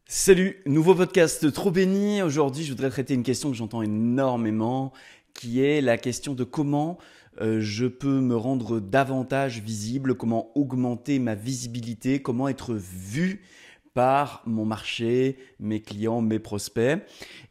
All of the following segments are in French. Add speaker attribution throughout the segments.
Speaker 1: Salut, nouveau podcast trop béni. Aujourd'hui, je voudrais traiter une question que j'entends énormément, qui est la question de comment je peux me rendre davantage visible, comment augmenter ma visibilité, comment être vu par mon marché, mes clients, mes prospects.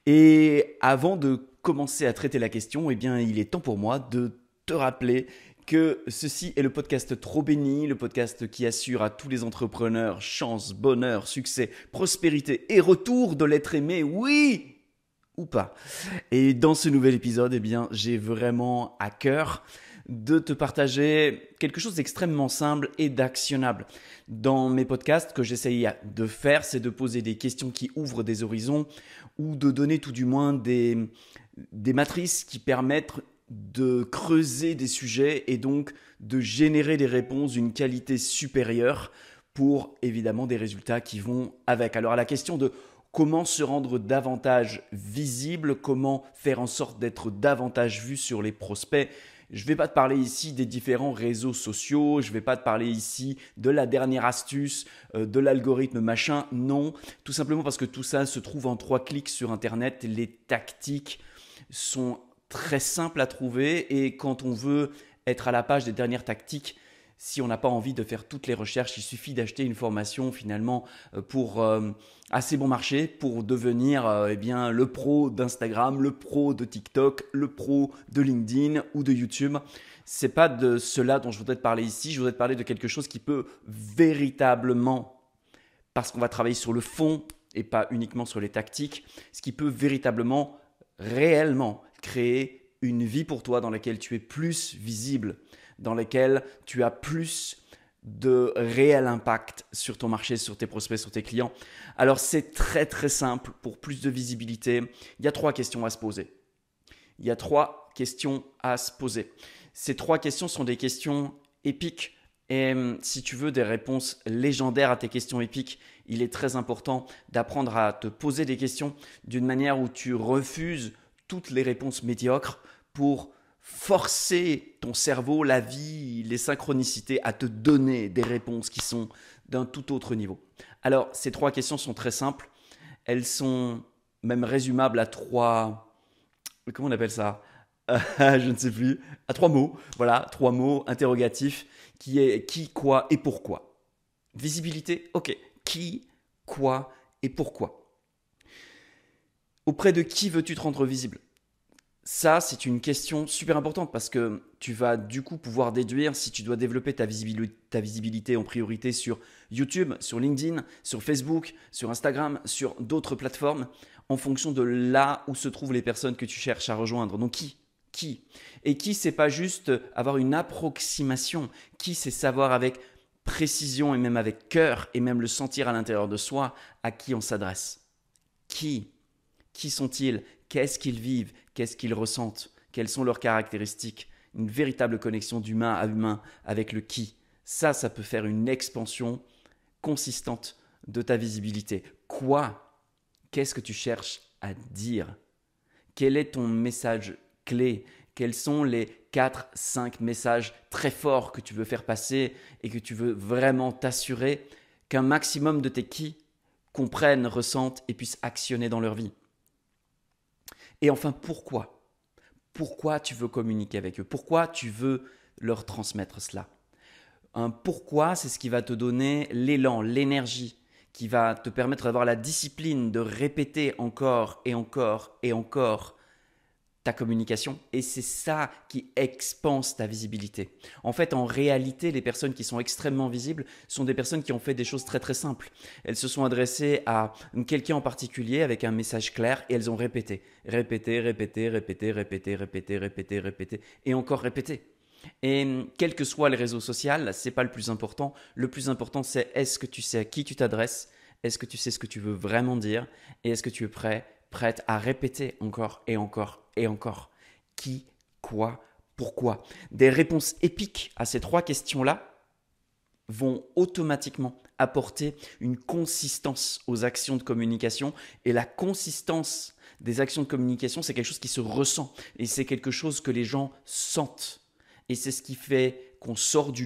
Speaker 1: Et avant de commencer à traiter la question, eh bien, il est temps pour moi de te rappeler que ceci est le podcast Trop Béni, le podcast qui assure à tous les entrepreneurs chance, bonheur, succès, prospérité et retour de l'être aimé, oui ou pas. Et dans ce nouvel épisode, eh bien, j'ai vraiment à cœur de te partager quelque chose d'extrêmement simple et d'actionnable. Dans mes podcasts, ce que j'essaye de faire, c'est de poser des questions qui ouvrent des horizons ou de donner tout du moins des matrices qui permettent de creuser des sujets et donc de générer des réponses d'une qualité supérieure pour évidemment des résultats qui vont avec. Alors à la question de comment se rendre davantage visible, comment faire en sorte d'être davantage vu sur les prospects, je ne vais pas te parler ici des différents réseaux sociaux, je ne vais pas te parler ici de la dernière astuce, de l'algorithme machin, non, tout simplement parce que tout ça se trouve en 3 clics sur Internet, les tactiques sont très simple à trouver et quand on veut être à la page des dernières tactiques, si on n'a pas envie de faire toutes les recherches, il suffit d'acheter une formation finalement pour assez bon marché pour devenir le pro d'Instagram, le pro de TikTok, le pro de LinkedIn ou de YouTube. C'est pas de cela dont je voudrais te parler ici, je voudrais te parler de quelque chose qui peut véritablement, parce qu'on va travailler sur le fond et pas uniquement sur les tactiques, ce qui peut véritablement, réellement créer une vie pour toi dans laquelle tu es plus visible, dans laquelle tu as plus de réel impact sur ton marché, sur tes prospects, sur tes clients. Alors c'est très très simple. Pour plus de visibilité, il y a 3 questions à se poser. Ces 3 questions sont des questions épiques. Et si tu veux des réponses légendaires à tes questions épiques, il est très important d'apprendre à te poser des questions d'une manière où tu refuses toutes les réponses médiocres pour forcer ton cerveau, la vie, les synchronicités à te donner des réponses qui sont d'un tout autre niveau. Alors, ces 3 questions sont très simples. Elles sont même résumables à 3… Comment on appelle ça ? Je ne sais plus. À 3 mots. Voilà, 3 mots interrogatifs qui est qui, quoi et pourquoi. Visibilité, ok. Qui, quoi et pourquoi. Auprès de qui veux-tu te rendre visible ? Ça, c'est une question super importante parce que tu vas du coup pouvoir déduire si tu dois développer ta visibilité en priorité sur YouTube, sur LinkedIn, sur Facebook, sur Instagram, sur d'autres plateformes en fonction de là où se trouvent les personnes que tu cherches à rejoindre. Donc qui ? Et qui, c'est pas juste avoir une approximation. Qui, c'est savoir avec précision et même avec cœur et même le sentir à l'intérieur de soi à qui on s'adresse. Qui sont-ils ? Qu'est-ce qu'ils vivent ? Qu'est-ce qu'ils ressentent ? Quelles sont leurs caractéristiques ? Une véritable connexion d'humain à humain avec le qui. Ça peut faire une expansion consistante de ta visibilité. Quoi ? Qu'est-ce que tu cherches à dire ? Quel est ton message clé ? Quels sont les 4-5 messages très forts que tu veux faire passer et que tu veux vraiment t'assurer qu'un maximum de tes qui comprennent, ressentent et puissent actionner dans leur vie ? Et enfin, pourquoi ? Pourquoi tu veux communiquer avec eux ? Pourquoi tu veux leur transmettre cela ? Un pourquoi, c'est ce qui va te donner l'élan, l'énergie, qui va te permettre d'avoir la discipline de répéter encore et encore et encore ta communication. Et c'est ça qui expanse ta visibilité. En fait, en réalité, les personnes qui sont extrêmement visibles sont des personnes qui ont fait des choses très très simples. Elles se sont adressées à quelqu'un en particulier avec un message clair et elles ont répété et encore répété. Et quel que soit le réseau social, c'est pas le plus important. Le plus important, c'est est-ce que tu sais à qui tu t'adresses ? Est-ce que tu sais ce que tu veux vraiment dire ? Et est-ce que tu es prête à répéter encore et encore et encore ? Qui, quoi, pourquoi ? Des réponses épiques à ces 3 questions-là vont automatiquement apporter une consistance aux actions de communication. Et la consistance des actions de communication, c'est quelque chose qui se ressent et c'est quelque chose que les gens sentent. Et c'est ce qui fait qu'on sort du lot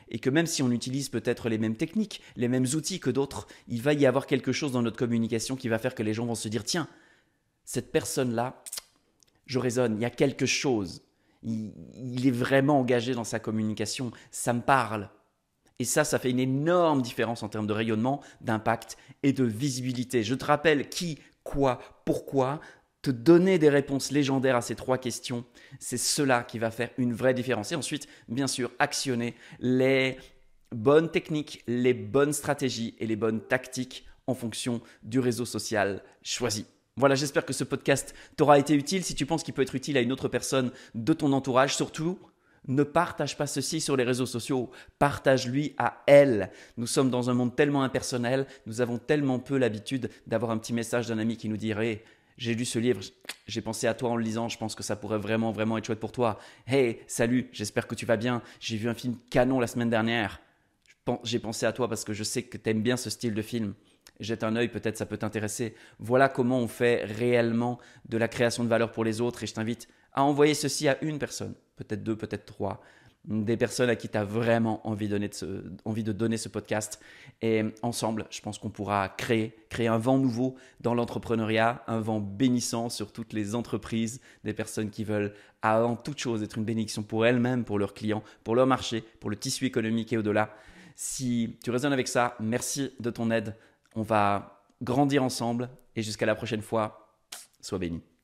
Speaker 1: et que même si on utilise peut-être les mêmes techniques, les mêmes outils que d'autres, il va y avoir quelque chose dans notre communication qui va faire que les gens vont se dire « Tiens, cette personne-là, je raisonne, il y a quelque chose. Il est vraiment engagé dans sa communication, ça me parle. » Et ça fait une énorme différence en termes de rayonnement, d'impact et de visibilité. Je te rappelle qui, quoi, pourquoi. Te donner des réponses légendaires à ces 3 questions, c'est cela qui va faire une vraie différence. Et ensuite, bien sûr, actionner les bonnes techniques, les bonnes stratégies et les bonnes tactiques en fonction du réseau social choisi. Voilà, j'espère que ce podcast t'aura été utile. Si tu penses qu'il peut être utile à une autre personne de ton entourage, surtout, ne partage pas ceci sur les réseaux sociaux, partage-lui à elle. Nous sommes dans un monde tellement impersonnel, nous avons tellement peu l'habitude d'avoir un petit message d'un ami qui nous dirait « J'ai lu ce livre, j'ai pensé à toi en le lisant, je pense que ça pourrait vraiment, vraiment être chouette pour toi. Hey, salut, j'espère que tu vas bien, j'ai vu un film canon la semaine dernière. J'ai pensé à toi parce que je sais que tu aimes bien ce style de film. Jette un œil, peut-être ça peut t'intéresser. » Voilà comment on fait réellement de la création de valeur pour les autres et je t'invite à envoyer ceci à une personne, peut-être 2, peut-être 3, des personnes à qui tu as vraiment envie de donner ce podcast. Et ensemble, je pense qu'on pourra créer un vent nouveau dans l'entrepreneuriat, un vent bénissant sur toutes les entreprises, des personnes qui veulent avant toute chose être une bénédiction pour elles-mêmes, pour leurs clients, pour leur marché, pour le tissu économique et au-delà. Si tu résonnes avec ça, merci de ton aide. On va grandir ensemble et jusqu'à la prochaine fois, sois béni.